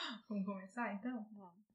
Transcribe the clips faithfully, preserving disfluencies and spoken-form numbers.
Vamos começar, então? Vamos.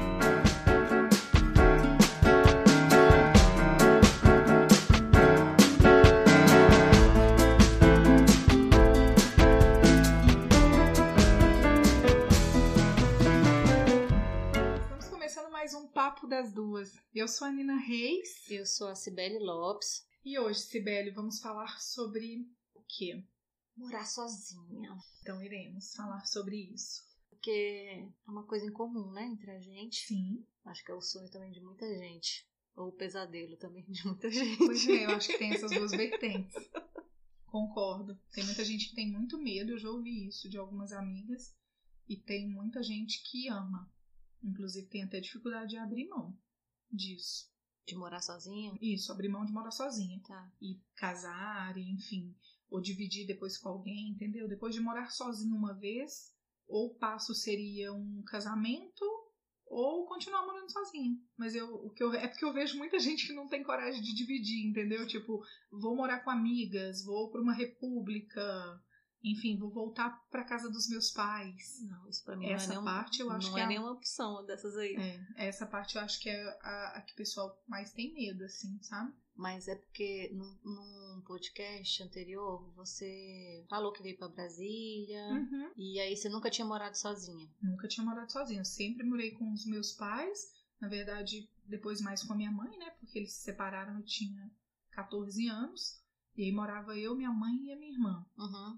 Estamos começando mais um Papo das Duas. Eu sou a Nina Reis. Eu sou a Cibele Lopes. E hoje, Cibele, vamos falar sobre o quê? Morar sozinha. Então, iremos falar sobre isso. Porque é uma coisa em comum, né, entre a gente. Sim. Acho que é o sonho também de muita gente. Ou o pesadelo também de muita gente. Pois é, eu acho que tem essas duas vertentes. Concordo. Tem muita gente que tem muito medo, eu já ouvi isso de algumas amigas. E tem muita gente que ama. Inclusive tem até dificuldade de abrir mão disso. De morar sozinha? Isso, abrir mão de morar sozinha. Tá. E casar, e, enfim. Ou dividir depois com alguém, entendeu? Depois de morar sozinho uma vez, ou o passo seria um casamento, ou continuar morando sozinho. Mas eu, o que eu, é porque eu vejo muita gente que não tem coragem de dividir, entendeu? Tipo, vou morar com amigas, vou pra uma república, enfim, vou voltar pra casa dos meus pais. Não, isso pra mim Essa não é nenhuma, parte eu acho não que é é a- nenhuma opção dessas aí. É, essa parte eu acho que é a, a que o pessoal mais tem medo, assim, sabe? Mas é porque num, num podcast anterior você falou que veio pra Brasília. Uhum. E aí você nunca tinha morado sozinha. Nunca tinha morado sozinha. Eu sempre morei com os meus pais. Na verdade, depois mais com a minha mãe, né? Porque eles se separaram, eu tinha catorze anos. E aí morava eu, minha mãe e a minha irmã. Uhum.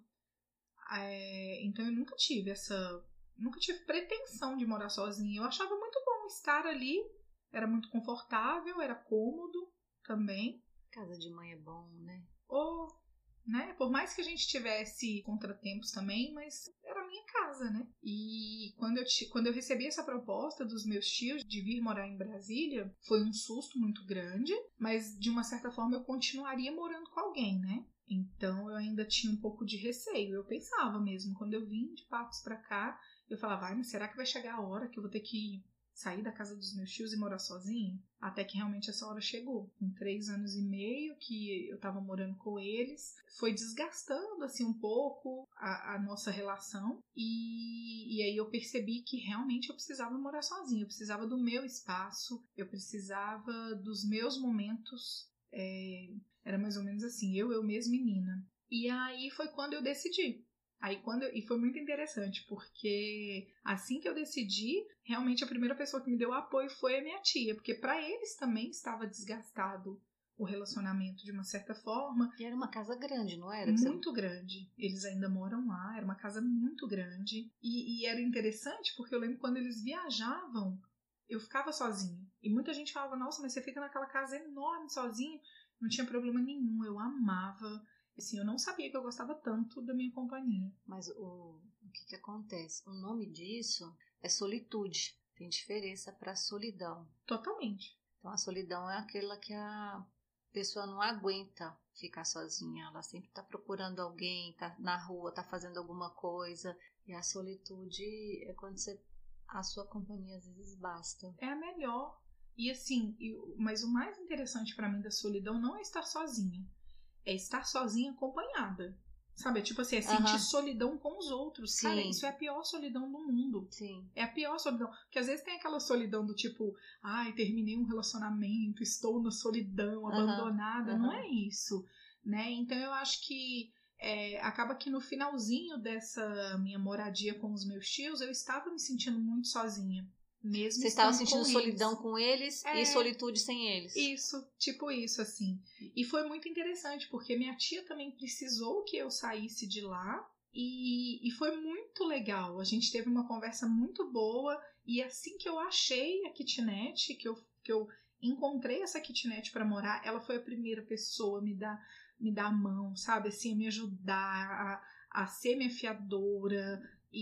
É, então eu nunca tive essa... Nunca tive pretensão de morar sozinha. Eu achava muito bom estar ali. Era muito confortável, era cômodo também. Casa de mãe é bom, né? Ou, né? Por mais que a gente tivesse contratempos também, mas era a minha casa, né? E quando eu, ti- quando eu recebi essa proposta dos meus tios de vir morar em Brasília, foi um susto muito grande, mas de uma certa forma eu continuaria morando com alguém, né? Então eu ainda tinha um pouco de receio. Eu pensava mesmo, quando eu vim de Patos pra cá, eu falava, ai, mas será que vai chegar a hora que eu vou ter que sair da casa dos meus tios e morar sozinha? Até que realmente essa hora chegou. Com três anos e meio que eu tava morando com eles, foi desgastando assim um pouco a, a nossa relação. E, e aí eu percebi que realmente eu precisava morar sozinha. Eu precisava do meu espaço, eu precisava dos meus momentos. É, era mais ou menos assim, eu, eu mesma menina. E aí foi quando eu decidi. Aí quando eu, e foi muito interessante, porque assim que eu decidi, realmente a primeira pessoa que me deu apoio foi a minha tia, porque para eles também estava desgastado o relacionamento de uma certa forma. E era uma casa grande, não era? Que você- Muito grande. Eles ainda moram lá, era uma casa muito grande. E, e era interessante porque eu lembro quando eles viajavam, eu ficava sozinha. E muita gente falava, nossa, mas você fica naquela casa enorme sozinha. Não tinha problema nenhum, eu amava. Assim, eu não sabia que eu gostava tanto da minha companhia. Mas o, o que que acontece? O nome disso é solitude. Tem diferença para solidão. Totalmente. Então a solidão é aquela que a pessoa não aguenta ficar sozinha. Ela sempre está procurando alguém, tá na rua, tá fazendo alguma coisa. E a solitude é quando você, a sua companhia às vezes basta. É a melhor. E assim, eu- mas o mais interessante pra mim da solidão não é estar sozinha. É estar sozinha acompanhada. Sabe? É tipo assim, é sentir Aham. solidão com os outros. Sim. Cara, isso é a pior solidão do mundo. Sim. É a pior solidão. Porque às vezes tem aquela solidão do tipo, ai, terminei um relacionamento, estou na solidão, Aham, abandonada. aham. Não é isso, né? Então eu acho que é, acaba que no finalzinho dessa minha moradia com os meus tios, eu estava me sentindo muito sozinha. Mesmo Você estava estando sentindo com solidão eles. com eles É. e solitude sem eles. Isso, tipo isso, assim. E foi muito interessante, porque minha tia também precisou que eu saísse de lá. E, e foi muito legal. A gente teve uma conversa muito boa. E assim que eu achei a kitnet, que eu, que eu encontrei essa kitnet pra morar, ela foi a primeira pessoa a me dar, me dar a mão, sabe? Assim, a me ajudar, a, a ser minha fiadora.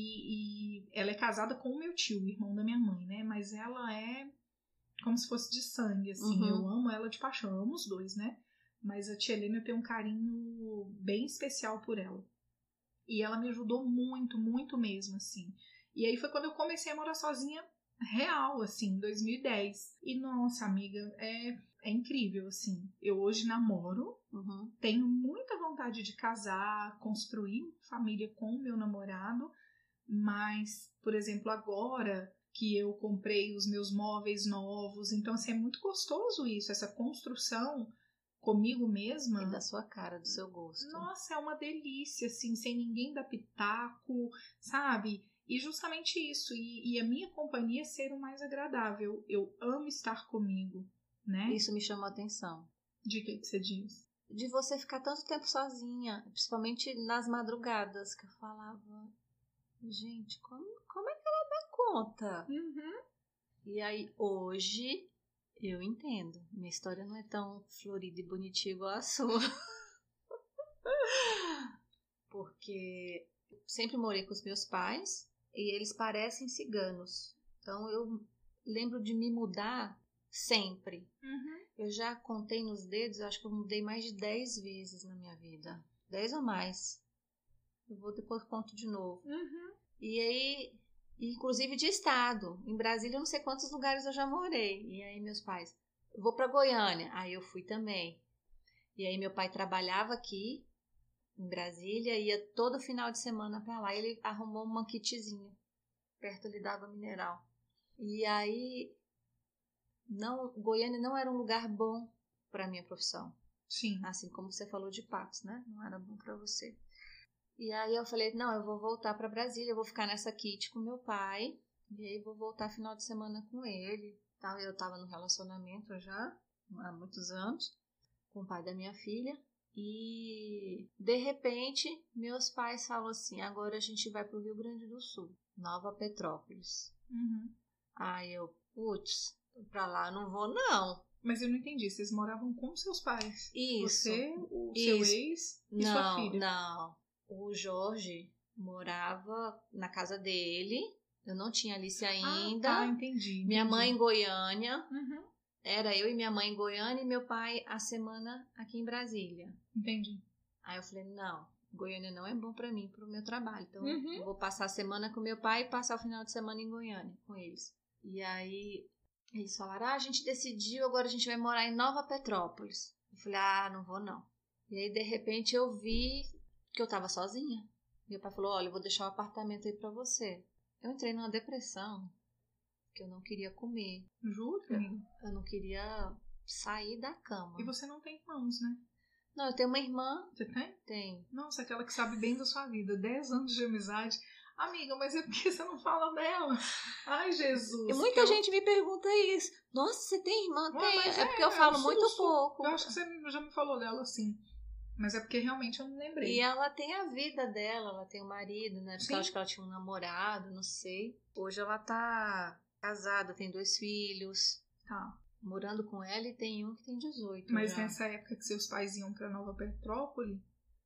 E, e ela é casada com o meu tio, o irmão da minha mãe, né? Mas ela é como se fosse de sangue, assim. Uhum. Eu amo ela de paixão, eu amo os dois, né? Mas a tia Helena, eu tenho um carinho bem especial por ela. E ela me ajudou muito, muito mesmo, assim. E aí foi quando eu comecei a morar sozinha real, assim, em dois mil e dez. E, nossa, amiga, é, é incrível, assim. Eu hoje namoro, Uhum. tenho muita vontade de casar, construir família com o meu namorado, Mas, por exemplo, agora que eu comprei os meus móveis novos, então assim, é muito gostoso isso, essa construção comigo mesma. E da sua cara, do seu gosto. Nossa, é uma delícia, assim, sem ninguém dar pitaco, sabe? E justamente isso, e, e a minha companhia ser o mais agradável. Eu amo estar comigo, né? Isso me chamou a atenção. De que, que você diz? De você ficar tanto tempo sozinha, principalmente nas madrugadas, que eu falava, gente, como, como é que ela dá conta? Uhum. E aí, hoje, eu entendo. Minha história não é tão florida e bonitinha igual a sua. Porque eu sempre morei com os meus pais e eles parecem ciganos. Então, eu lembro de me mudar sempre. Uhum. Eu já contei nos dedos, eu acho que eu mudei mais de dez vezes na minha vida. dez ou mais. Eu vou depois conto de novo. Uhum. E aí, inclusive de estado. Em Brasília, eu não sei quantos lugares eu já morei. E aí, meus pais, eu vou pra Goiânia. Aí eu fui também. E aí, meu pai trabalhava aqui, em Brasília, ia todo final de semana pra lá. E ele arrumou uma kitzinha, perto ali da água mineral. E aí, não, Goiânia não era um lugar bom pra minha profissão. Sim. Assim como você falou de Patos, né? Não era bom pra você. E aí eu falei, não, eu vou voltar pra Brasília, eu vou ficar nessa kit com meu pai, e aí vou voltar final de semana com ele. Eu tava no relacionamento já, há muitos anos, com o pai da minha filha, e de repente meus pais falam assim, agora a gente vai pro Rio Grande do Sul, Nova Petrópolis. Uhum. Aí eu, putz, pra lá eu não vou não. Mas eu não entendi, vocês moravam com seus pais? Isso. Você, o Isso. seu ex e não, sua filha? Não, o Jorge morava na casa dele, eu não tinha Alice ainda. Ah, tá, entendi. entendi. Minha mãe em Goiânia, Uhum. era eu e minha mãe em Goiânia e meu pai a semana aqui em Brasília. Entendi. Aí eu falei, não, Goiânia não é bom pra mim, pro meu trabalho, então Uhum. eu vou passar a semana com meu pai e passar o final de semana em Goiânia com eles. E aí eles falaram, ah, a gente decidiu, agora a gente vai morar em Nova Petrópolis. Eu falei, ah, não vou não. E aí de repente eu vi que eu tava sozinha. Meu pai falou, olha, eu vou deixar o apartamento aí pra você. Eu entrei numa depressão, que eu não queria comer. Juro? Eu, eu não queria sair da cama. E você não tem irmãos, né? Não, eu tenho uma irmã. Você tem? Tem. Nossa, aquela que sabe bem da sua vida. Dez anos de amizade. Amiga, mas é porque você não fala dela. Ai, Jesus. E muita eu... gente me pergunta isso. Nossa, você tem irmã? Ué, tem. É, é porque eu é falo um muito susto. pouco. Eu acho que você já me falou dela, assim. Mas é porque realmente eu não lembrei. E ela tem a vida dela, ela tem um marido, né? Porque Sim. eu acho que ela tinha um namorado, não sei. Hoje ela tá casada, tem dois filhos. Tá. Morando com ela e tem um que tem dezoito. Mas já. nessa época que seus pais iam pra Nova Petrópolis,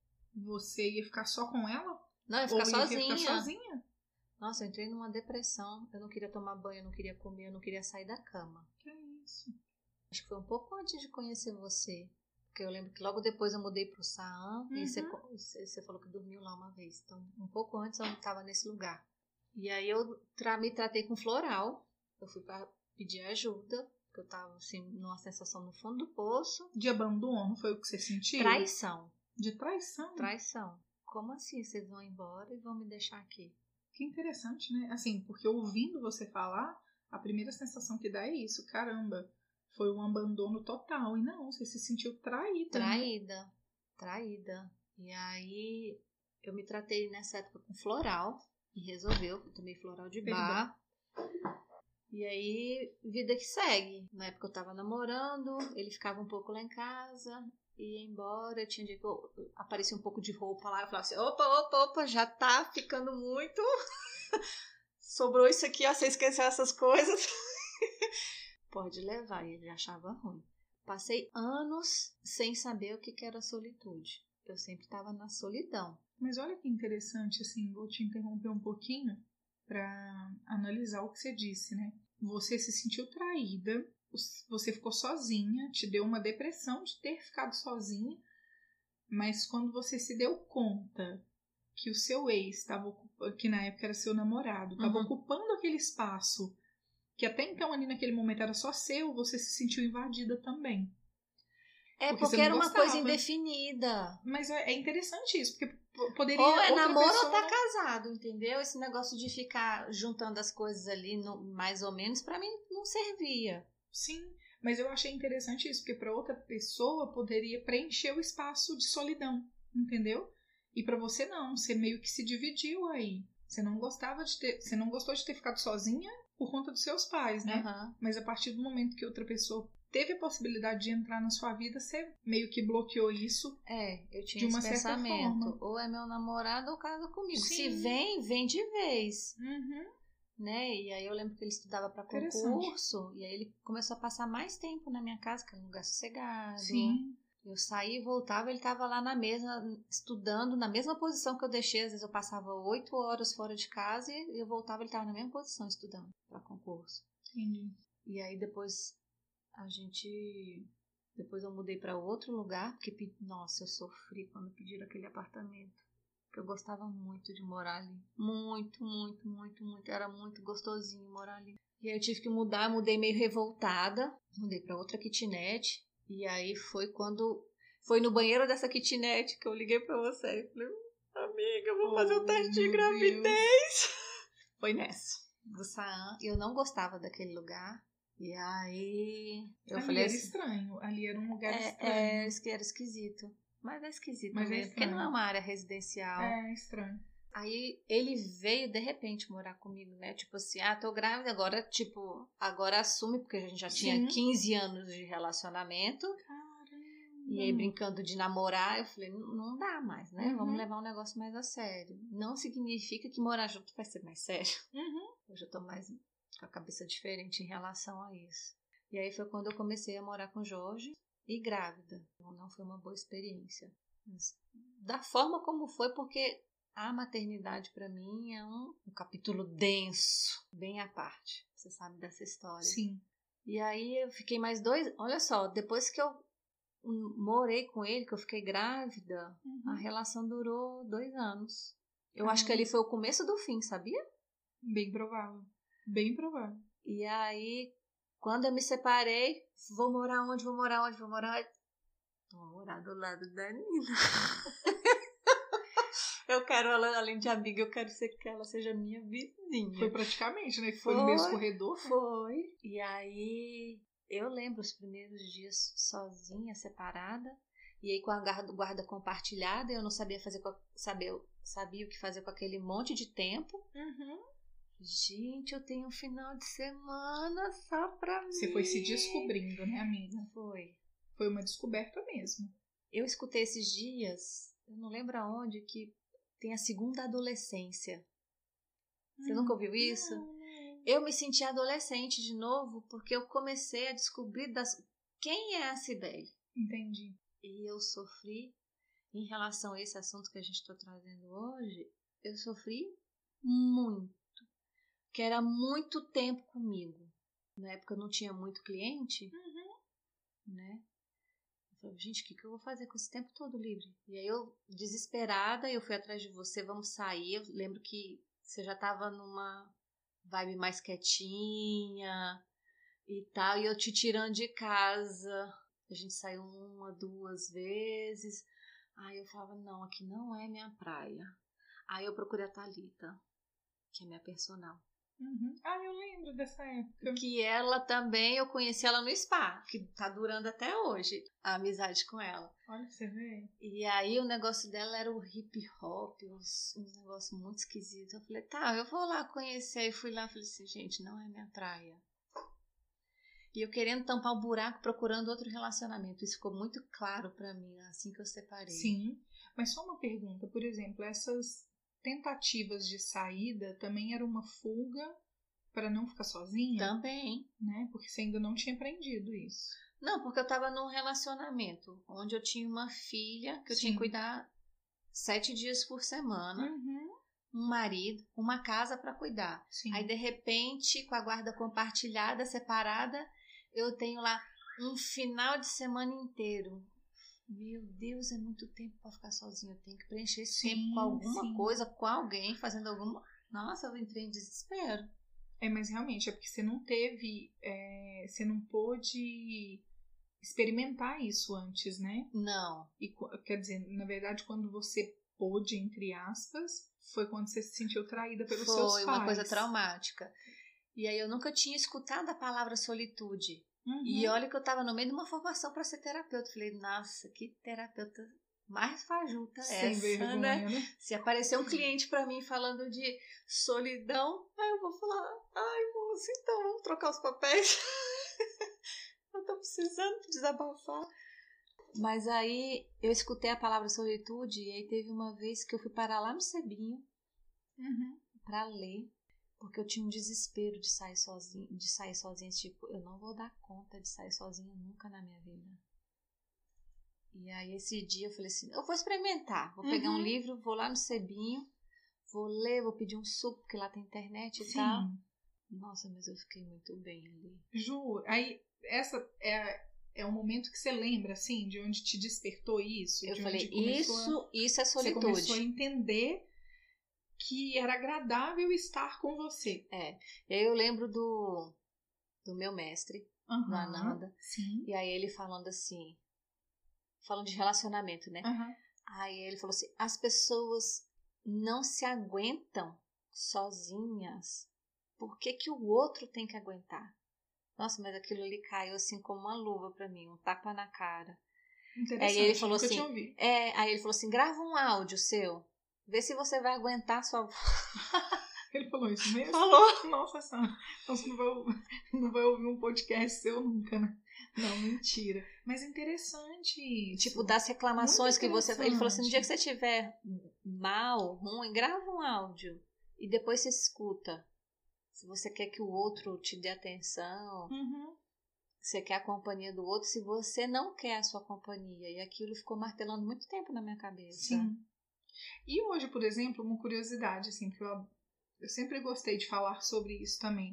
você ia ficar só com ela? Não, eu ia ficar Ou sozinha. Ia ficar sozinha? Nossa, eu entrei numa depressão. Eu não queria tomar banho, eu não queria comer, eu não queria sair da cama. Que isso? Acho que foi um pouco antes de conhecer você. Porque eu lembro que logo depois eu mudei pro Saam. Uhum. E você, você falou que dormiu lá uma vez. Então, um pouco antes eu estava nesse lugar. E aí eu tra- me tratei com floral. Eu fui para pedir ajuda. Porque eu tava assim, numa sensação no fundo do poço. De abandono, foi o que você sentiu? Traição. De traição? Traição. Como assim? Vocês vão embora e vão me deixar aqui? Que interessante, né? Assim, porque ouvindo você falar, a primeira sensação que dá é isso. Caramba, foi um abandono total. E não, você se sentiu traída. Traída. Né? Traída. E aí eu me tratei nessa época com floral. E resolveu. Eu tomei floral de bar. E aí, vida que segue. Na época eu tava namorando, ele ficava um pouco lá em casa, ia embora, tinha dia que eu, aparecia um pouco de roupa lá, eu falava assim, opa, opa, opa, já tá ficando muito. Sobrou isso aqui, ó, você esqueceu essas coisas. Pode levar, e ele achava ruim. Passei anos sem saber o que que era solitude. Eu sempre tava na solidão. Mas olha que interessante, assim, vou te interromper um pouquinho para analisar o que você disse, né? Você se sentiu traída, você ficou sozinha, te deu uma depressão de ter ficado sozinha, mas quando você se deu conta que o seu ex estava ocupando, que na época era seu namorado, estava Uhum. ocupando aquele espaço que até então ali naquele momento era só seu, você se sentiu invadida também. É porque, porque você era não uma gostava. coisa indefinida. Mas é, é interessante isso, porque poderia... Ou é outra namoro pessoa ou tá não... casado, entendeu? Esse negócio de ficar juntando as coisas ali, no, mais ou menos, pra mim não servia. Sim, mas eu achei interessante isso, porque para outra pessoa poderia preencher o espaço de solidão, entendeu? E para você não, você meio que se dividiu aí. Você não gostava de ter, você não gostou de ter ficado sozinha por conta dos seus pais, né? Uhum. Mas a partir do momento que outra pessoa teve a possibilidade de entrar na sua vida, você meio que bloqueou isso. É, eu tinha de uma esse certa pensamento. forma. Ou é meu namorado ou casa comigo. Sim. Se vem, vem de vez. Uhum. Né? E aí eu lembro que ele estudava para concurso. E aí ele começou a passar mais tempo na minha casa, que era um lugar sossegado. Sim. Eu saía e voltava, ele estava lá na mesa, estudando, na mesma posição que eu deixei. Às vezes eu passava oito horas fora de casa e eu voltava, ele estava na mesma posição, estudando para concurso. Entendi. E aí depois a gente... Depois eu mudei para outro lugar, porque, nossa, eu sofri quando pediram aquele apartamento. Porque eu gostava muito de morar ali. Muito, muito, muito, muito. Era muito gostosinho morar ali. E aí eu tive que mudar, mudei meio revoltada. Mudei para outra kitnet. E aí foi quando... Foi no banheiro dessa kitnet que eu liguei pra você. Eu falei, amiga, eu vou Oh, fazer o teste de meu gravidez. Deus. Foi nessa. Do Saan. Eu não gostava daquele lugar. E aí... Eu ali falei era assim, estranho. Ali era um lugar é, estranho. É, era esquisito. Mas é esquisito Mas é mesmo. Porque estranho. não é uma área residencial. É estranho. Aí ele veio de repente morar comigo, né? Tipo assim, ah, tô grávida agora, tipo, agora assume, porque a gente já tinha Sim. quinze anos de relacionamento. Caramba. E aí brincando de namorar, eu falei, não, não dá mais, né? Uhum. Vamos levar um negócio mais a sério. Não significa que morar junto vai ser mais sério. Uhum. Hoje eu tô mais com a cabeça diferente em relação a isso. E aí foi quando eu comecei a morar com o Jorge e grávida. Então, não foi uma boa experiência. Mas, da forma como foi, porque a maternidade para mim é um, um capítulo denso, bem à parte. Você sabe dessa história. Sim. E aí eu fiquei mais dois... Olha só, depois que eu morei com ele, que eu fiquei grávida, Uhum. a relação durou dois anos. Eu Ah. acho que ali foi o começo do fim, sabia? Bem provável. Bem provável. E aí, quando eu me separei, vou morar onde, vou morar onde, vou morar onde? Vou morar do lado da Nina. Eu quero ela, além de amiga, eu quero ser que ela seja minha vizinha. Foi praticamente, né? Que foi, Foi no mesmo corredor. Né? Foi. E aí, eu lembro os primeiros dias sozinha, separada. E aí, com a guarda, guarda compartilhada, eu não sabia fazer com a, saber, sabia o que fazer com aquele monte de tempo. Uhum. Gente, eu tenho um final de semana só pra mim. Você foi se descobrindo, né, amiga? Foi. Foi uma descoberta mesmo. Eu escutei esses dias, eu não lembro aonde, que tem a segunda adolescência. Você hum, nunca ouviu isso? Não, não. Eu me senti adolescente de novo porque eu comecei a descobrir das... quem é a Cibele. Entendi. E eu sofri, em relação a esse assunto que a gente está trazendo hoje, eu sofri muito. Que era muito tempo comigo. Na época eu não tinha muito cliente, uhum. né? Eu falei, gente, o que, que eu vou fazer com esse tempo todo livre? E aí eu, desesperada, eu fui atrás de você, vamos sair. Eu lembro que você já tava numa vibe mais quietinha e tal, e eu te tirando de casa. A gente saiu uma, duas vezes. Aí eu falava, não, aqui não é minha praia. Aí eu procurei a Thalita, que é minha personal. Uhum. Ah, eu lembro dessa época. Que ela também, eu conheci ela no spa, que tá durando até hoje, a amizade com ela. Olha, você vê. E aí o negócio dela era o hip hop, uns, uns negócios muito esquisitos. Eu falei, tá, eu vou lá conhecer. E fui lá e falei assim, gente, não é minha praia. E eu querendo tampar o buraco, procurando outro relacionamento. Isso ficou muito claro pra mim, assim que eu separei. Sim, mas só uma pergunta, por exemplo, essas tentativas de saída também era uma fuga para não ficar sozinha? Também. Né? Porque você ainda não tinha aprendido isso. Não, porque eu tava num relacionamento onde eu tinha uma filha que eu Sim. tinha que cuidar sete dias por semana, uhum. um marido, uma casa para cuidar. Sim. Aí, de repente, com a guarda compartilhada, separada, eu tenho lá um final de semana inteiro. Meu Deus, é muito tempo para ficar sozinha. Eu tenho que preencher esse sim, tempo com alguma sim. coisa, com alguém, fazendo alguma... Nossa, eu entrei em desespero. É, mas realmente, é porque você não teve... É, você não pôde experimentar isso antes, né? Não. E, quer dizer, na verdade, quando você pôde, entre aspas, foi quando você se sentiu traída pelos foi seus pais. Foi uma coisa traumática. E aí eu nunca tinha escutado a palavra solitude. Uhum. E olha que eu estava no meio de uma formação para ser terapeuta. Falei, nossa, que terapeuta mais fajuta Sem essa, vergonha, né? né? Se aparecer um cliente para mim falando de solidão, aí eu vou falar, ai moça, então vamos trocar os papéis. Eu tô precisando desabafar. Mas aí eu escutei a palavra solitude e aí teve uma vez que eu fui parar lá no Sebinho uhum. para ler, porque eu tinha um desespero de sair sozinha, de sair sozinha, tipo, eu não vou dar conta de sair sozinha nunca na minha vida. E aí esse dia eu falei assim, eu vou experimentar, vou uhum. pegar um livro, vou lá no Sebinho, vou ler, vou pedir um suco, porque lá tem internet e Sim. tal. Nossa, mas eu fiquei muito bem ali. Juro, aí essa é é um momento que você lembra, assim, de onde te despertou isso? Eu de falei, onde isso, a, isso é solitude. Você começou a entender que era agradável estar com você. É, e aí eu lembro do, do meu mestre, uhum, do Ananda, sim. E aí ele falando assim, falando de relacionamento, né? Uhum. Aí ele falou assim, as pessoas não se aguentam sozinhas, por que que o outro tem que aguentar? Nossa, mas aquilo ali caiu assim como uma luva pra mim, um tapa na cara. Interessante, aí ele falou nunca assim, tinha ouvido. É, aí ele falou assim, grava um áudio seu, vê se você vai aguentar sua voz. Ele falou isso mesmo? Falou. Nossa, Sandra, então você não vai, não vai ouvir um podcast seu nunca, né? Não, mentira. Mas é interessante isso. Tipo, das reclamações que você... Ele falou assim, no dia que você estiver mal, ruim, grava um áudio e depois você escuta. Se você quer que o outro te dê atenção, uhum. você quer a companhia do outro, se você não quer a sua companhia. E aquilo ficou martelando muito tempo na minha cabeça. Sim. E hoje, por exemplo, uma curiosidade, assim, porque eu, eu sempre gostei de falar sobre isso também.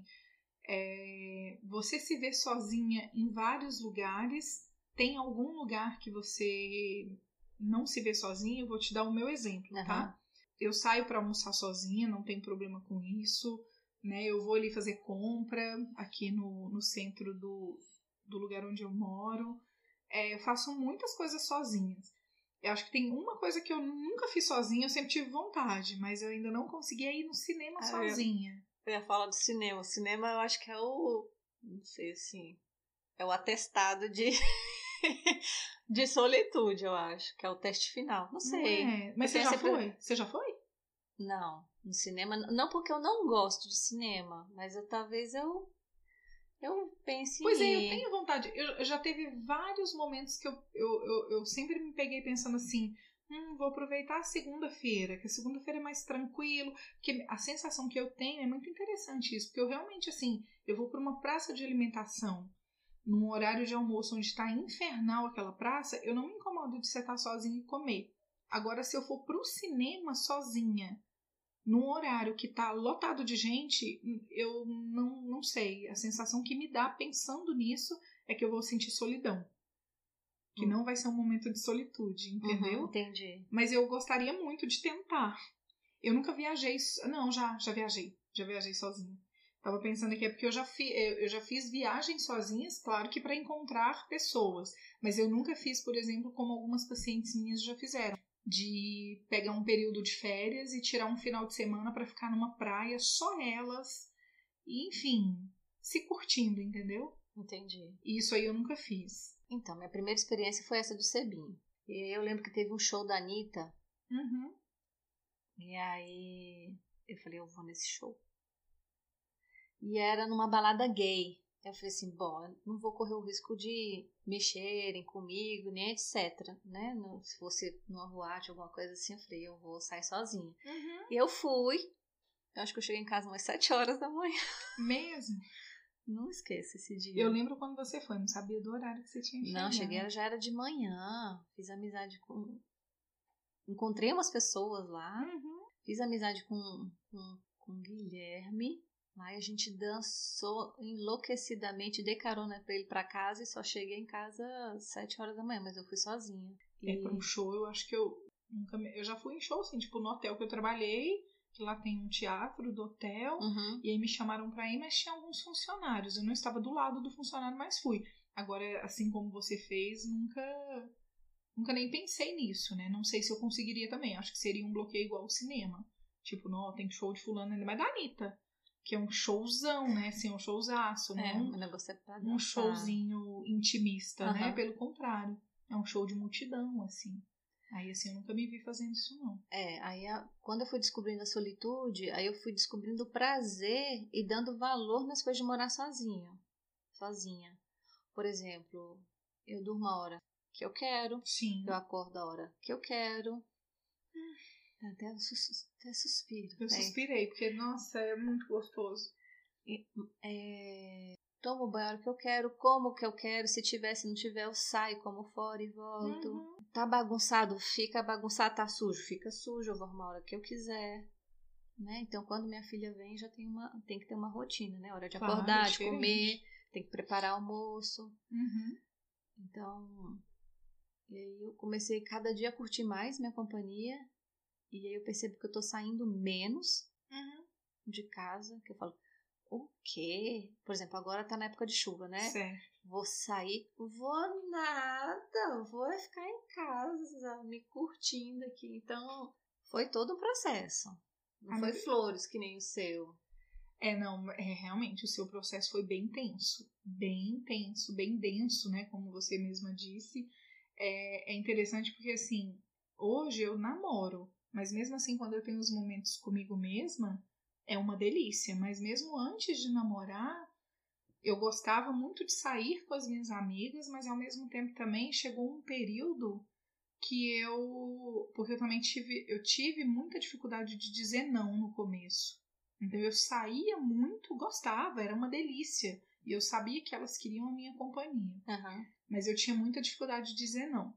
É, você se vê sozinha em vários lugares. Tem algum lugar que você não se vê sozinha? Eu vou te dar o meu exemplo, uhum. tá? Eu saio para almoçar sozinha, não tem problema com isso. Né, eu vou ali fazer compra aqui no, no centro do, do lugar onde eu moro. É, eu faço muitas coisas sozinhas. Eu acho que tem uma coisa que eu nunca fiz sozinha, eu sempre tive vontade, mas eu ainda não conseguia ir no cinema ah, sozinha. Eu, eu ia falar do cinema. O cinema eu acho que é o... Não sei, assim... É o atestado de... de solitude, eu acho. Que é o teste final. Não sei. Não é. Mas você já sempre... foi? Você já foi? Não. No cinema, não porque eu não gosto de cinema, mas eu, talvez eu eu pense Pois em... é, eu tenho vontade. Eu, eu já teve vários momentos que eu, eu, eu, eu sempre me peguei pensando assim, hum, vou aproveitar a segunda-feira, que a segunda-feira é mais tranquilo, porque a sensação que eu tenho é muito interessante isso, porque eu realmente, assim, eu vou para uma praça de alimentação, num horário de almoço onde está infernal aquela praça, eu não me incomodo de sentar sozinha e comer. Agora, se eu for pro cinema sozinha, num horário que tá lotado de gente, eu não, não sei. A sensação que me dá pensando nisso é que eu vou sentir solidão. Que hum. não vai ser um momento de solitude, entendeu? Uhum, entendi. Mas eu gostaria muito de tentar. Eu nunca viajei... Não, já, já viajei. Já viajei sozinha. Tava pensando aqui, é porque eu já, fi, eu já fiz viagens sozinhas, claro que para encontrar pessoas. Mas eu nunca fiz, por exemplo, como algumas pacientes minhas já fizeram. De pegar um período de férias e tirar um final de semana para ficar numa praia, só elas, e enfim, se curtindo, entendeu? Entendi. Isso aí eu nunca fiz. Então, minha primeira experiência foi essa do Sebinho. E aí eu lembro que teve um show da Anitta. Uhum. E aí eu falei, eu vou nesse show. E era numa balada gay. Eu falei assim, bom, eu não vou correr o risco de mexerem comigo, nem etcétera. Né? No, se fosse numa boate, alguma coisa assim, eu falei, eu vou sair sozinha. Uhum. E eu fui. Eu acho que eu cheguei em casa umas sete horas da manhã. Mesmo? Não esqueça esse dia. Eu lembro quando você foi, não sabia do horário que você tinha chegado. Não, cheguei, já era de manhã. Fiz amizade com... Encontrei umas pessoas lá. Uhum. Fiz amizade com, com, com o Guilherme. Aí a gente dançou enlouquecidamente, dei carona pra ele pra casa e só cheguei em casa às sete horas da manhã, mas eu fui sozinha. E... É, pra um show, eu acho que eu nunca... Eu já fui em show, assim, tipo, no hotel que eu trabalhei, que lá tem um teatro do hotel, uhum. E aí me chamaram pra ir, mas tinha alguns funcionários. Eu não estava do lado do funcionário, mas fui. Agora, assim como você fez, nunca, nunca nem pensei nisso, né? Não sei se eu conseguiria também. Acho que seria um bloqueio igual ao cinema. Tipo, não, tem show de fulano, ainda mais da Anitta. Que é um showzão, né? Assim, um showzaço, É, não o negócio é pra um dançar. showzinho intimista, né? Aham. Pelo contrário. É um show de multidão, assim. Aí, assim, eu nunca me vi fazendo isso, não. É, aí a- quando eu fui descobrindo a solitude, aí eu fui descobrindo o prazer e dando valor nas coisas de morar sozinha. Sozinha. Por exemplo, eu durmo a hora que eu quero, Sim. eu acordo a hora que eu quero. Até, eu sus- até suspiro. Eu É. suspirei, porque, nossa, é muito gostoso. E, é, tomo banho a hora que eu quero, como que eu quero. Se tiver, se não tiver, eu saio, como fora e volto. Uhum. Tá bagunçado, fica bagunçado. Tá sujo, fica sujo. Eu vou arrumar a hora que eu quiser. Né? Então, quando minha filha vem, já tem, uma, tem que ter uma rotina, né? Hora de Claro, acordar, de diferente. comer, tem que preparar almoço. Uhum. Então, e aí eu comecei cada dia a curtir mais minha companhia. E aí eu percebo que eu tô saindo menos Uhum. de casa. Que eu falo, o quê? Por exemplo, agora tá na época de chuva, né? Certo. Vou sair? Vou nada. Vou ficar em casa, me curtindo aqui. Então, foi todo um processo. Não Ah, foi mas- flores que nem o seu. É, não, é realmente, o seu processo foi bem intenso. Bem intenso, bem denso, né? Como você mesma disse. É, é interessante porque, assim, hoje eu namoro, mas mesmo assim, quando eu tenho os momentos comigo mesma, é uma delícia. Mas mesmo antes de namorar, eu gostava muito de sair com as minhas amigas, mas ao mesmo tempo também chegou um período que eu, porque eu também tive, eu tive muita dificuldade de dizer não no começo. Então eu saía muito, gostava, era uma delícia. E eu sabia que elas queriam a minha companhia. Uhum. Mas eu tinha muita dificuldade de dizer não.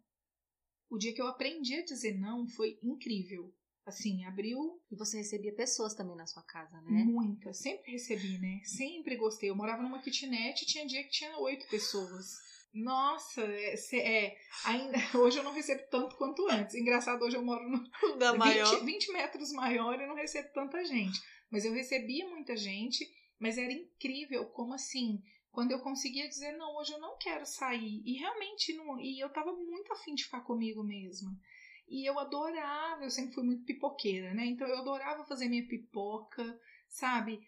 O dia que eu aprendi a dizer não foi incrível. Assim, abriu E você recebia pessoas também na sua casa, né? muita. Sempre recebi, né? Sempre gostei. Eu morava numa kitnet e tinha dia que tinha oito pessoas. Nossa, é, é, ainda, hoje eu não recebo tanto quanto antes. Engraçado, hoje eu moro no Da vinte, vinte metros maior e não recebo tanta gente. Mas eu recebia muita gente, mas era incrível como assim, quando eu conseguia dizer, não, hoje eu não quero sair. E realmente, não, e eu tava muito afim de ficar comigo mesma. E eu adorava, eu sempre fui muito pipoqueira, né? Então eu adorava fazer minha pipoca, sabe?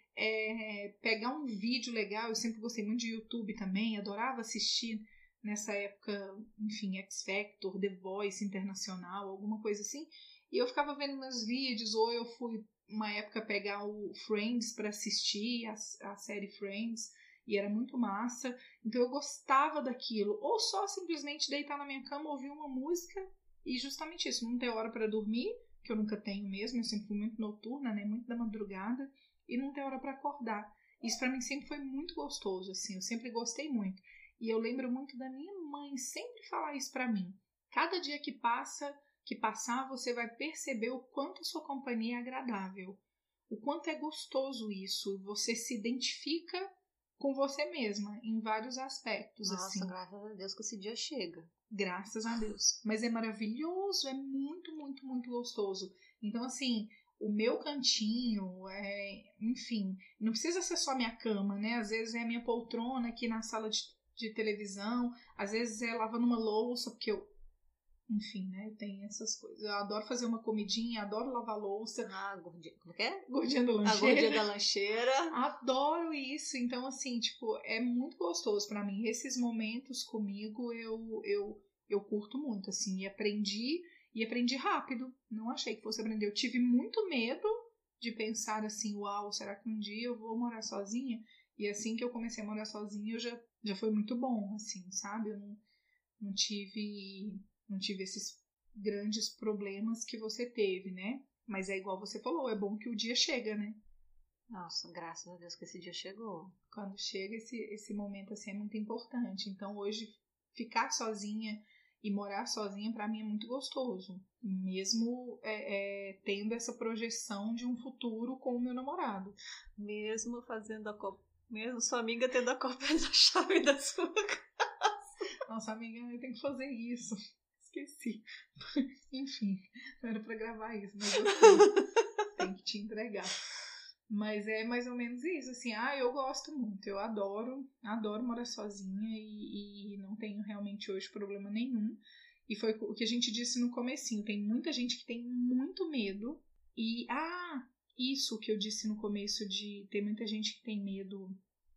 É, pegar um vídeo legal, eu sempre gostei muito de YouTube também, adorava assistir nessa época, enfim, X Factor, The Voice Internacional, alguma coisa assim. E eu ficava vendo meus vídeos, ou eu fui uma época pegar o Friends para assistir, a, a série Friends, e era muito massa. Então eu gostava daquilo. Ou só simplesmente deitar na minha cama, ouvir uma música e justamente isso, não ter hora para dormir, que eu nunca tenho mesmo, eu sempre fui muito noturna, né, muito da madrugada, e não ter hora para acordar. Isso para mim sempre foi muito gostoso, assim, eu sempre gostei muito. E eu lembro muito da minha mãe sempre falar isso para mim. Cada dia que passa, que passar, você vai perceber o quanto a sua companhia é agradável. O quanto é gostoso isso. Você se identifica com você mesma, em vários aspectos. Nossa, assim. graças a Deus que esse dia chega. Graças a Deus. Mas é maravilhoso, é muito, muito, muito gostoso. Então, assim, o meu cantinho, é, enfim, não precisa ser só minha cama, né? Às vezes é a minha poltrona aqui na sala de, de televisão, às vezes é lavando uma louça, porque eu, enfim, né? Tem essas coisas. Eu adoro fazer uma comidinha, adoro lavar louça. Ah, gordinha. Como que é? Gordinha da A lancheira. gordinha da lancheira. Adoro isso. Então, assim, tipo, é muito gostoso pra mim. Esses momentos comigo eu, eu, eu curto muito, assim. E aprendi, e aprendi rápido. Não achei que fosse aprender. Eu tive muito medo de pensar assim, uau, será que um dia eu vou morar sozinha? E assim que eu comecei a morar sozinha, eu já, já foi muito bom, assim, sabe? Eu não, não tive... Não tive esses grandes problemas que você teve, né? Mas é igual você falou, é bom que o dia chega, né? Nossa, graças a Deus que esse dia chegou. Quando chega esse, esse momento assim é muito importante. Então hoje ficar sozinha e morar sozinha pra mim é muito gostoso. Mesmo é, é, tendo essa projeção de um futuro com o meu namorado. Mesmo fazendo a copa. Mesmo sua amiga tendo a cópia da chave da sua casa. Nossa amiga, eu tenho que fazer isso. Esqueci. Enfim, não era pra gravar isso, mas eu tenho, tenho que te entregar. Mas é mais ou menos isso, assim, ah, eu gosto muito, eu adoro, adoro morar sozinha e, e não tenho realmente hoje problema nenhum. E foi o que a gente disse no comecinho, tem muita gente que tem muito medo e, ah, isso que eu disse no começo de ter muita gente que tem medo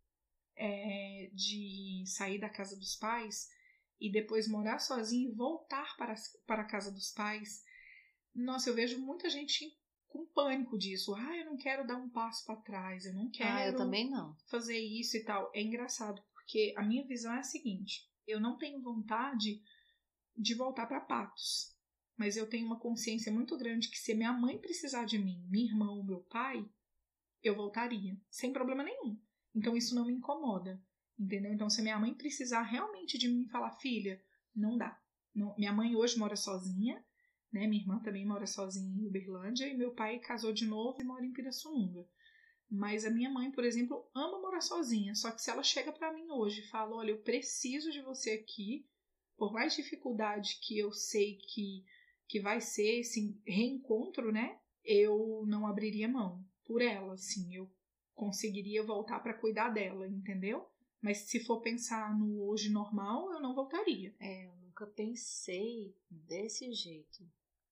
é, de sair da casa dos pais e depois morar sozinho e voltar para, para a casa dos pais. Nossa, eu vejo muita gente com pânico disso. Ah, eu não quero dar um passo para trás, eu não quero ah, eu também não. fazer isso e tal. É engraçado, porque a minha visão é a seguinte, eu não tenho vontade de voltar para Patos, mas eu tenho uma consciência muito grande que se minha mãe precisar de mim, minha irmã ou meu pai, eu voltaria, sem problema nenhum. Então isso não me incomoda, entendeu? Então se minha mãe precisar realmente de mim e falar, filha, não dá. Não, minha mãe hoje mora sozinha, né? Minha irmã também mora sozinha em Uberlândia e meu pai casou de novo e mora em Pirassununga. Mas a minha mãe, por exemplo, ama morar sozinha, só que se ela chega pra mim hoje e fala, olha, eu preciso de você aqui, por mais dificuldade que eu sei que, que vai ser esse reencontro, né? Eu não abriria mão por ela, assim, eu conseguiria voltar para cuidar dela, entendeu? Mas se for pensar no hoje normal, eu não voltaria. É, eu nunca pensei desse jeito.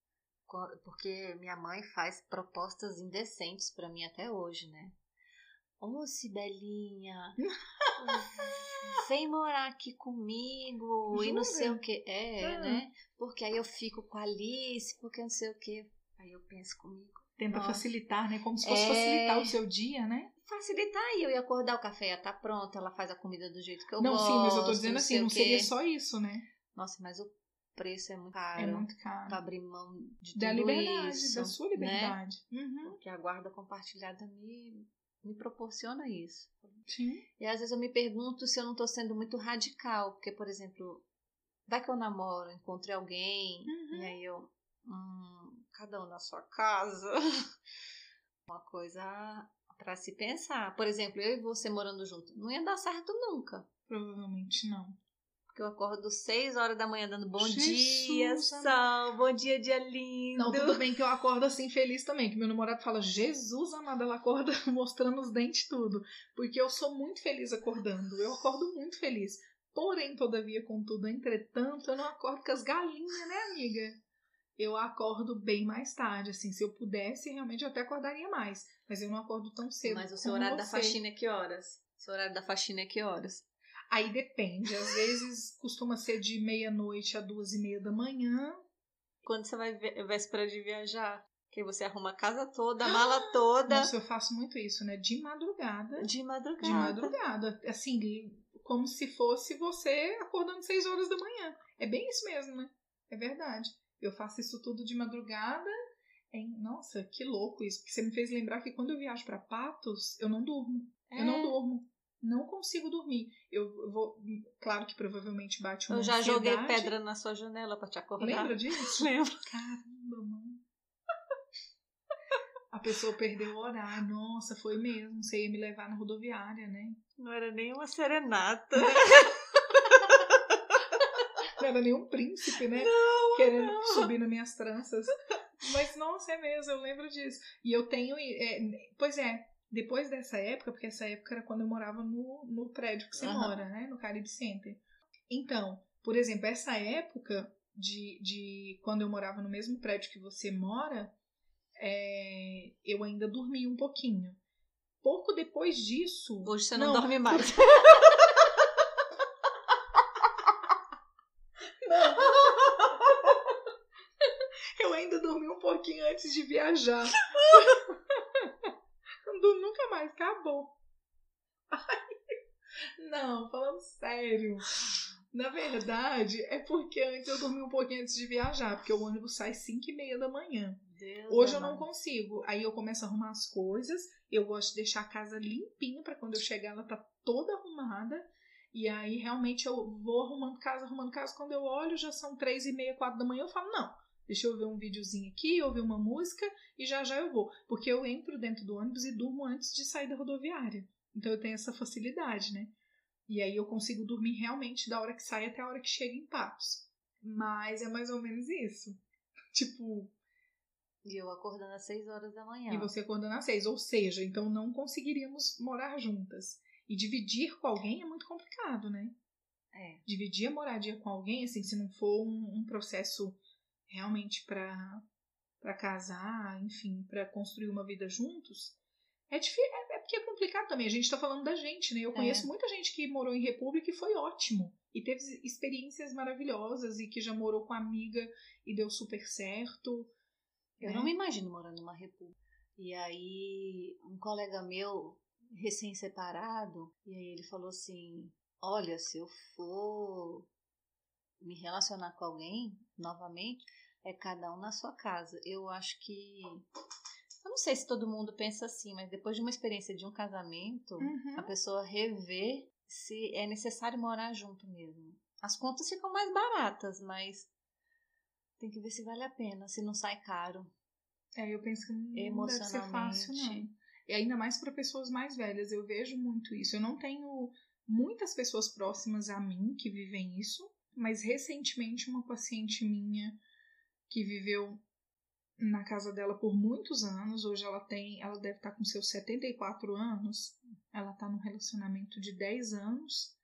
Porque minha mãe faz propostas indecentes para mim até hoje, né? Ô, Cibelinha, vem morar aqui comigo. Jura? E não sei o que. É, ah. né? Porque aí eu fico com a Alice, porque não sei o que. Aí eu penso comigo. Tenta nossa. facilitar, né? Como se fosse é... facilitar o seu dia, né? Facilitar aí, eu ia acordar, o café ia estar pronto, ela faz a comida do jeito que eu não, gosto. Não, sim, mas eu tô dizendo assim, não seria só isso, né? Nossa, mas o preço é muito caro. É muito caro. Pra abrir mão de da tudo liberdade, isso, da sua liberdade. Né? Uhum. Porque a guarda compartilhada me, me proporciona isso. Sim. E às vezes eu me pergunto se eu não tô sendo muito radical, porque, por exemplo, vai que eu namoro, encontrei alguém, uhum. e aí eu, hum, cada um na sua casa. Uma coisa pra se pensar. Por exemplo, eu e você morando junto, não ia dar certo nunca. Provavelmente não. Porque eu acordo seis horas da manhã dando bom Jesus, dia, Sal, bom dia, dia lindo. Não, tudo bem que eu acordo assim feliz também, que meu namorado fala, Jesus amado, ela acorda mostrando os dentes tudo. Porque eu sou muito feliz acordando, eu acordo muito feliz. Porém, todavia, contudo, entretanto, eu não acordo com as galinhas, né, amiga? Eu acordo bem mais tarde, assim, se eu pudesse, realmente eu até acordaria mais. Mas eu não acordo tão cedo. Mas o seu horário você. da faxina é que horas? O seu horário da faxina é que horas? Aí depende, às vezes costuma ser de meia-noite a duas e meia da manhã. Quando você vai véspera de viajar, que você arruma a casa toda, a mala toda. Nossa, eu faço muito isso, né? De madrugada. De madrugada. De madrugada. Assim, como se fosse você acordando seis horas da manhã. É bem isso mesmo, né? É verdade. Eu faço isso tudo de madrugada. Hein? Nossa, que louco isso. Porque você me fez lembrar que quando eu viajo pra Patos, eu não durmo. É. Eu não durmo. Não consigo dormir. Eu vou... Claro que provavelmente bate uma Eu já ansiedade. joguei pedra na sua janela pra te acordar. Lembra disso? Lembro. Caramba, mano. A pessoa perdeu o horário. Nossa, foi mesmo. Você ia me levar na rodoviária, né? Não era nem uma serenata. Não era nem um príncipe, né? Não, Querendo não. subir nas minhas tranças. Mas, nossa, é mesmo. Eu lembro disso. E eu tenho... É, pois é. Depois dessa época, porque essa época era quando eu morava no, no prédio que você uhum. mora, né? No Caribe Center. Então, por exemplo, essa época de, de quando eu morava no mesmo prédio que você mora, é, eu ainda dormia um pouquinho. Pouco depois disso... Hoje você não, não dorme mais. Não. Eu ainda dormi um pouquinho antes de viajar. Nunca mais, acabou. Ai, não, falando sério. Na verdade, é porque antes eu dormi um pouquinho antes de viajar, porque o ônibus sai cinco e meia da manhã. Deus Hoje eu mãe. não consigo. Aí eu começo a arrumar as coisas. Eu gosto de deixar a casa limpinha para quando eu chegar ela tá toda arrumada. E aí realmente eu vou arrumando casa, arrumando casa. Quando eu olho, já são três e meia, quatro da manhã. Eu falo, não. Deixa eu ver um videozinho aqui, ouvir uma música e já já eu vou. Porque eu entro dentro do ônibus e durmo antes de sair da rodoviária. Então eu tenho essa facilidade, né? E aí eu consigo dormir realmente da hora que sai até a hora que chega em Patos. Mas é mais ou menos isso. Tipo, E eu acordando às seis horas da manhã. E você acordando às seis. Ou seja, então não conseguiríamos morar juntas. E dividir com alguém é muito complicado, né? É. Dividir a moradia com alguém, assim, se não for um, um processo realmente pra, pra casar, enfim, pra construir uma vida juntos, é difícil, é, é porque é complicado também. A gente tá falando da gente, né? Eu conheço É. muita gente que morou em república e foi ótimo. E teve experiências maravilhosas e que já morou com amiga e deu super certo. Eu né? não me imagino morando numa república. E aí, um colega meu, recém-separado, e aí ele falou assim, olha, se eu for me relacionar com alguém, novamente, é cada um na sua casa. Eu acho que... Eu não sei se todo mundo pensa assim, mas depois de uma experiência de um casamento, Uhum. a pessoa rever se é necessário morar junto mesmo. As contas ficam mais baratas, mas tem que ver se vale a pena, se não sai caro. É, eu penso que não deve ser fácil, não. E ainda mais para pessoas mais velhas, eu vejo muito isso. Eu não tenho muitas pessoas próximas a mim que vivem isso, mas recentemente uma paciente minha que viveu na casa dela por muitos anos, hoje ela tem, ela deve estar com seus setenta e quatro anos, ela está num relacionamento de dez anos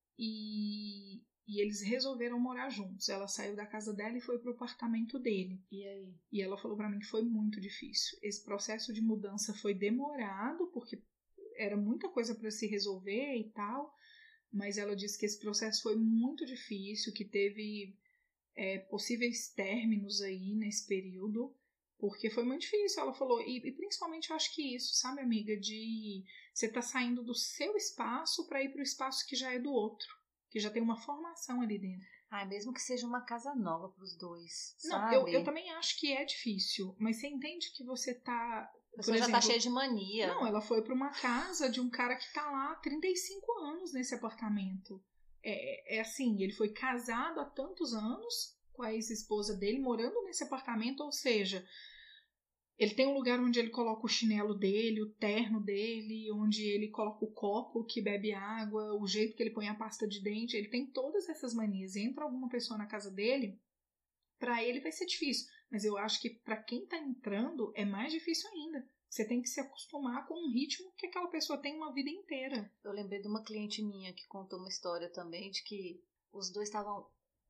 e, e eles resolveram morar juntos. Ela saiu da casa dela e foi pro apartamento dele. E aí? E ela falou para mim que foi muito difícil. Esse processo de mudança foi demorado, porque era muita coisa para se resolver e tal, mas ela disse que esse processo foi muito difícil, que teve é, possíveis términos aí nesse período, porque foi muito difícil, ela falou. E, e principalmente eu acho que isso, sabe, amiga, de você tá saindo do seu espaço para ir pro espaço que já é do outro, que já tem uma formação ali dentro. Ah, mesmo que seja uma casa nova pros dois, Não, sabe? eu, eu também acho que é difícil, mas você entende que você tá... A pessoa já tá cheia de mania. Não, ela foi pra uma casa de um cara que tá lá há trinta e cinco anos nesse apartamento. É, é assim, ele foi casado há tantos anos com a ex-esposa dele, morando nesse apartamento, ou seja, ele tem um lugar onde ele coloca o chinelo dele, o terno dele, onde ele coloca o copo que bebe água, o jeito que ele põe a pasta de dente, ele tem todas essas manias. Entra alguma pessoa na casa dele, pra ele vai ser difícil, mas eu acho que pra quem tá entrando é mais difícil ainda. Você tem que se acostumar com um ritmo que aquela pessoa tem uma vida inteira. Eu lembrei de uma cliente minha que contou uma história também de que os dois estavam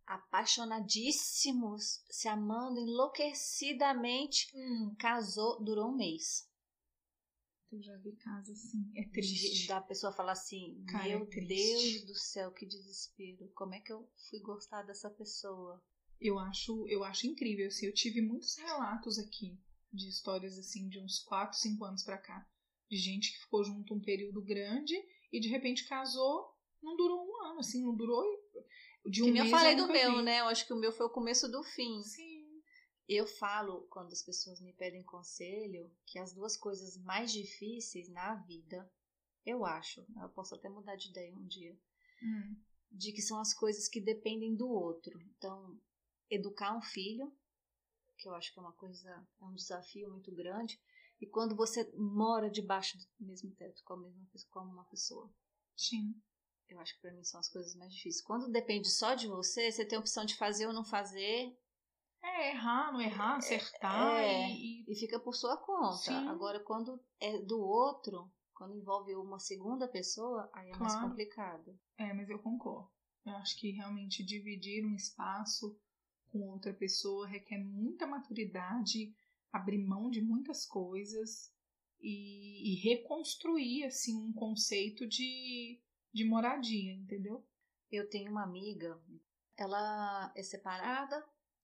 apaixonadíssimos, se amando enlouquecidamente. Hum. Casou, durou um mês. Eu já vi casos assim. É triste. Da pessoa falar assim, Cara, meu é Deus do céu, que desespero. Como é que eu fui gostar dessa pessoa? Eu acho, eu acho incrível. Assim, eu tive muitos relatos aqui de histórias assim de uns quatro, cinco anos pra cá. De gente que ficou junto um período grande e de repente casou, não durou um ano, assim, não durou... De um que nem mês eu falei eu do meu, vi. né? Eu acho que o meu foi o começo do fim. Sim. Eu falo, quando as pessoas me pedem conselho, que as duas coisas mais difíceis na vida, eu acho, eu posso até mudar de ideia um dia, hum. de que são as coisas que dependem do outro. Então, educar um filho, que eu acho que é uma coisa, é um desafio muito grande, e quando você mora debaixo do mesmo teto com a mesma pessoa, com uma pessoa. Sim. Eu acho que pra mim são as coisas mais difíceis. Quando depende só de você, você tem a opção de fazer ou não fazer. É, errar, não errar, acertar é, e, e... e fica por sua conta. Sim. Agora, quando é do outro, quando envolve uma segunda pessoa, aí é claro. mais complicado. É, mas eu concordo. Eu acho que realmente dividir um espaço com outra pessoa requer muita maturidade, abrir mão de muitas coisas e, e reconstruir, assim, um conceito de... de moradia, entendeu? Eu tenho uma amiga, ela é separada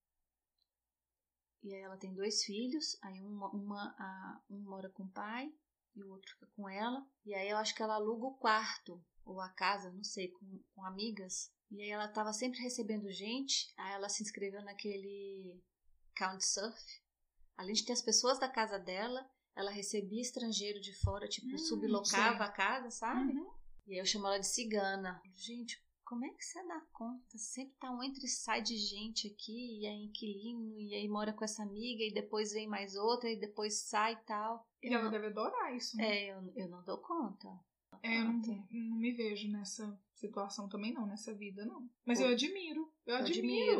e aí ela tem dois filhos, aí uma, uma, a, um mora com o pai e o outro fica com ela, e aí eu acho que ela aluga o quarto ou a casa, não sei, com, com amigas, e aí ela estava sempre recebendo gente, aí ela se inscreveu naquele Couchsurf, além de ter as pessoas da casa dela, ela recebia estrangeiro de fora, tipo, hum, sublocava sei. a casa, sabe? Uhum. E aí eu chamo ela de cigana. Gente, como é que você dá conta? Sempre tá um entra e sai de gente aqui, e aí inquilino, e aí mora com essa amiga, e depois vem mais outra, e depois sai e tal. E ela não... deve adorar isso, né? É, eu, eu não dou conta. Não é, eu não, não me vejo nessa situação também não, nessa vida não. Mas Pô, eu admiro, eu, eu admiro. admiro.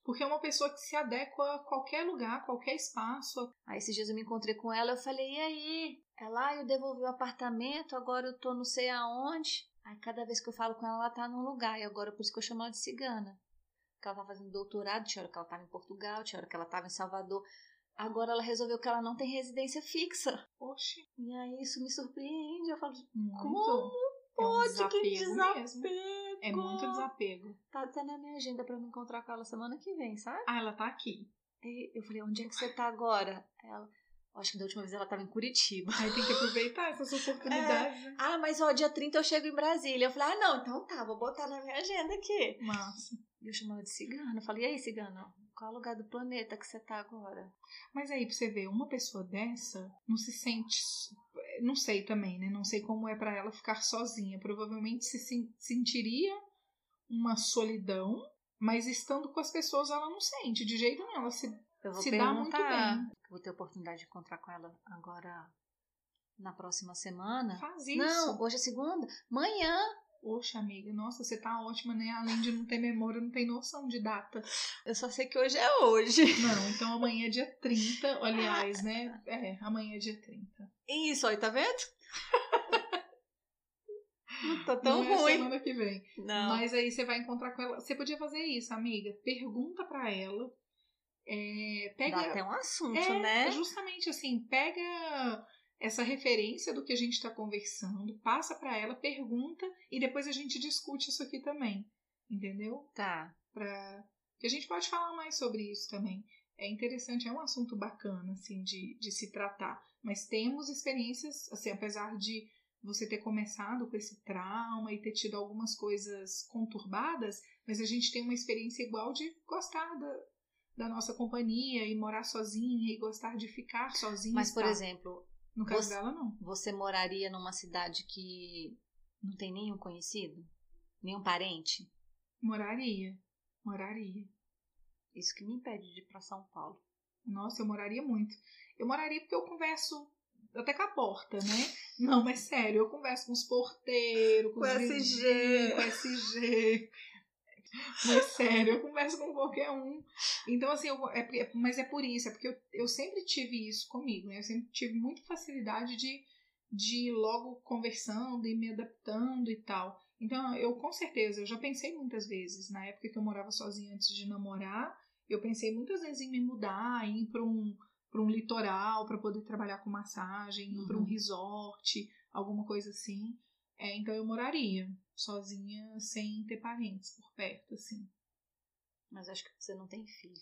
Porque é uma pessoa que se adequa a qualquer lugar, qualquer espaço. Aí esses dias eu me encontrei com ela, eu falei, e aí? Ela, ah, eu devolvi o apartamento, agora eu tô não sei aonde. Aí cada vez que eu falo com ela, ela tá num lugar. E agora por isso que eu chamo ela de cigana. Porque ela tá fazendo doutorado, tinha hora que ela tava em Portugal, tinha hora que ela tava em Salvador. Agora ela resolveu que ela não tem residência fixa. Oxe. E aí isso me surpreende. Eu falo, muito. Como é um pode? desapego Que desapego. Mesmo. É muito desapego. Tá até na minha agenda pra me encontrar com ela semana que vem, sabe? Ah, ela tá aqui. E eu falei, onde é que você tá agora? Ela, acho que da última vez ela tava em Curitiba. Aí tem que aproveitar essas oportunidades. É. Ah, mas ó, dia trinta eu chego em Brasília. Eu falei, ah, não, então tá, vou botar na minha agenda aqui. Massa. E eu chamei ela de cigana. Eu falei, e aí, cigana, qual é o lugar do planeta que você tá agora? Mas aí, pra você ver, uma pessoa dessa não se sente... Não sei também, né? Não sei como é pra ela ficar sozinha. Provavelmente se sentiria uma solidão, mas estando com as pessoas ela não sente. De jeito nenhum, ela se, eu vou se dá muito bem. Eu vou ter oportunidade de encontrar com ela agora na próxima semana. Faz isso. Não, hoje é segunda. Manhã. Poxa, amiga, nossa, você tá ótima, né? Além de não ter memória, não tem noção de data. Eu só sei que hoje é hoje. Não, então amanhã é dia trinta, aliás, né? É, amanhã é dia trinta. Isso, aí, tá vendo? Não tá tão não ruim. É semana que vem. Não. Mas aí você vai encontrar com ela. Você podia fazer isso, amiga. Pergunta pra ela. É, pega... Dá até um assunto, é, né? Justamente assim, pega essa referência do que a gente tá conversando, passa pra ela, pergunta e depois a gente discute isso aqui também. Entendeu? Tá. Pra... que a gente pode falar mais sobre isso também. É interessante, é um assunto bacana, assim, de, de se tratar. Mas temos experiências, assim, apesar de você ter começado com esse trauma e ter tido algumas coisas conturbadas, mas a gente tem uma experiência igual de gostar da, da nossa companhia e morar sozinha e gostar de ficar sozinha. Mas, por estar. exemplo... No caso você, dela, não. Você moraria numa cidade que não tem nenhum conhecido? Nenhum parente? Moraria. Moraria. Isso que me impede de ir pra São Paulo. Nossa, eu moraria muito. Eu moraria porque eu converso até com a porta, né? Não, mas sério, eu converso com os porteiros, com, com os S G. Com S G. Mas sério, eu converso com qualquer um. Então, assim, eu, é, mas é por isso, é porque eu, eu sempre tive isso comigo, né? Eu sempre tive muita facilidade de, de ir logo conversando e me adaptando e tal. Então, eu com certeza, eu já pensei muitas vezes, na época que eu morava sozinha antes de namorar, eu pensei muitas vezes em me mudar, em ir para um, para um litoral para poder trabalhar com massagem, ir uhum. para um resort, alguma coisa assim. É, então eu moraria sozinha, sem ter parentes por perto, assim. Mas acho que você não tem filho.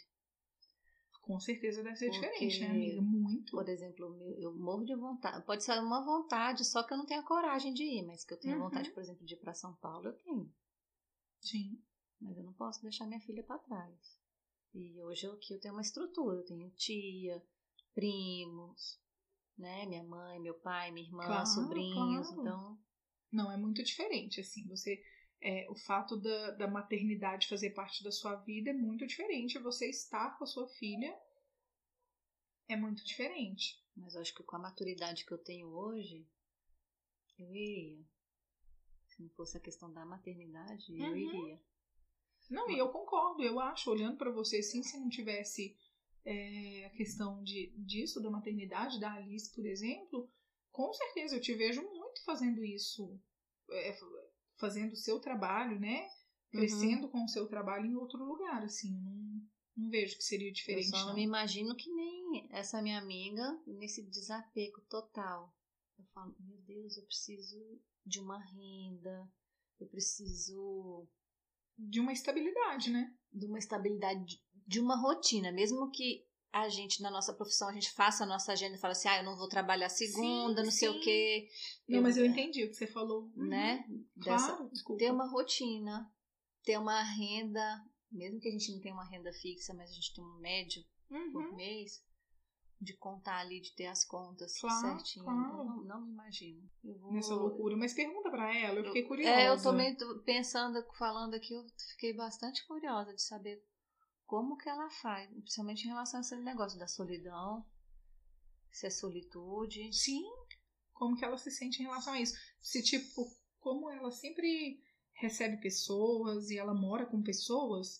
Com certeza deve ser Porque, diferente, né, amiga? Muito. Por exemplo, eu morro de vontade. Pode ser uma vontade, só que eu não tenho a coragem de ir. Mas que eu tenho uhum. vontade, por exemplo, de ir para São Paulo, eu tenho. Sim. Mas eu não posso deixar minha filha para trás. E hoje aqui eu tenho uma estrutura. Eu tenho tia, primos, né? Minha mãe, meu pai, minha irmã, claro, sobrinhos. Claro. Então... Não, é muito diferente, assim. Você... É, o fato da, da maternidade fazer parte da sua vida é muito diferente. Você estar com a sua filha é muito diferente. Mas eu acho que com a maturidade que eu tenho hoje, eu iria. Se não fosse a questão da maternidade, uhum. eu iria. Não, e eu concordo. Eu acho, olhando pra você, assim, se não tivesse é, a questão de, disso, da maternidade, da Alice, por exemplo, com certeza eu te vejo muito fazendo isso. É, fazendo o seu trabalho, né? Crescendo uhum. com o seu trabalho em outro lugar, assim. Não, não vejo que seria diferente. Eu só não, não me imagino que nem essa minha amiga nesse desapego total. Eu falo, meu Deus, eu preciso de uma renda, eu preciso... De uma estabilidade, né? De uma estabilidade, de uma rotina. Mesmo que a gente, na nossa profissão, a gente faça a nossa agenda e fala assim, ah, eu não vou trabalhar segunda, sim, não sei sim. o quê. Não, eu, mas eu entendi o que você falou. Né? Uhum. Dessa, claro, desculpa. Ter uma rotina, ter uma renda, mesmo que a gente não tenha uma renda fixa, mas a gente tem um médio uhum. por mês, de contar ali, de ter as contas claro, certinho. Claro. Então, não, não me imagino. Eu vou... Nessa loucura. Mas pergunta pra ela, eu fiquei curiosa. É, eu tô meio pensando, falando aqui, eu fiquei bastante curiosa de saber como que ela faz, principalmente em relação a esse negócio da solidão, se é solitude. Sim, como que ela se sente em relação a isso. Se, tipo, como ela sempre recebe pessoas e ela mora com pessoas,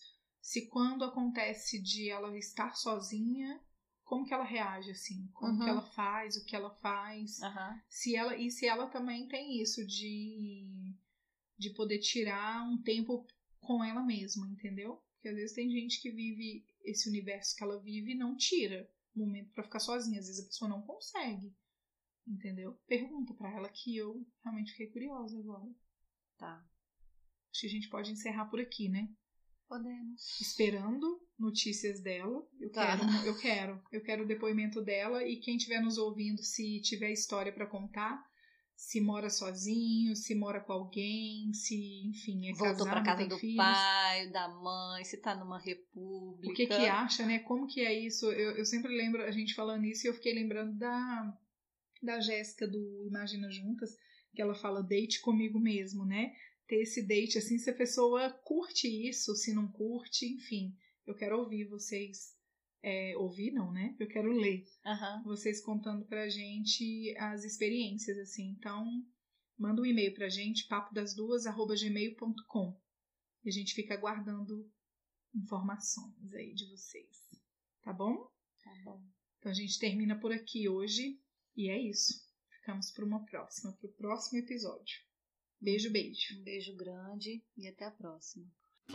se quando acontece de ela estar sozinha, como que ela reage, assim, como Uhum. que ela faz, o que ela faz, Uhum. se ela, e se ela também tem isso de, de poder tirar um tempo com ela mesma, entendeu? Porque às vezes tem gente que vive esse universo que ela vive e não tira o momento pra ficar sozinha, às vezes a pessoa não consegue, entendeu? Pergunta pra ela que eu realmente fiquei curiosa agora. Tá. Acho que a gente pode encerrar por aqui, né? Podemos. Esperando notícias dela. Eu Tá. quero, eu quero, eu quero o depoimento dela e quem estiver nos ouvindo, se tiver história pra contar, se mora sozinho, se mora com alguém, se, enfim, é Voltou casado, pra casa tem do filhos. pai, da mãe, se tá numa república. O que que acha, né? Como que é isso? Eu, eu sempre lembro a gente falando isso e eu fiquei lembrando da, da Jéssica do Imagina Juntas, que ela fala date comigo mesmo, né? Ter esse date, assim, se a pessoa curte isso, se não curte, enfim. Eu quero ouvir vocês, é, ouvir não, né? Eu quero ler Aham. vocês contando pra gente as experiências, assim. Então, manda um e-mail pra gente, papo das duas arroba gmail ponto com. E a gente fica aguardando informações aí de vocês. Tá bom? Tá bom. Então a gente termina por aqui hoje. E é isso. Ficamos para uma próxima, para o próximo episódio. Beijo, beijo. Um beijo grande e até a próxima.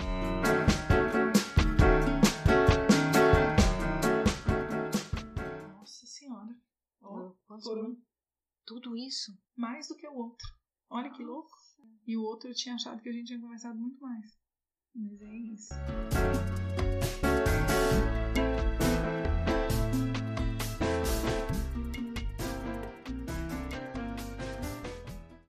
Nossa Senhora. Ó, Quantos foram minutos? Tudo isso? mais do que o outro. Olha que louco. E o outro eu tinha achado que a gente tinha conversado muito mais. Mas é isso.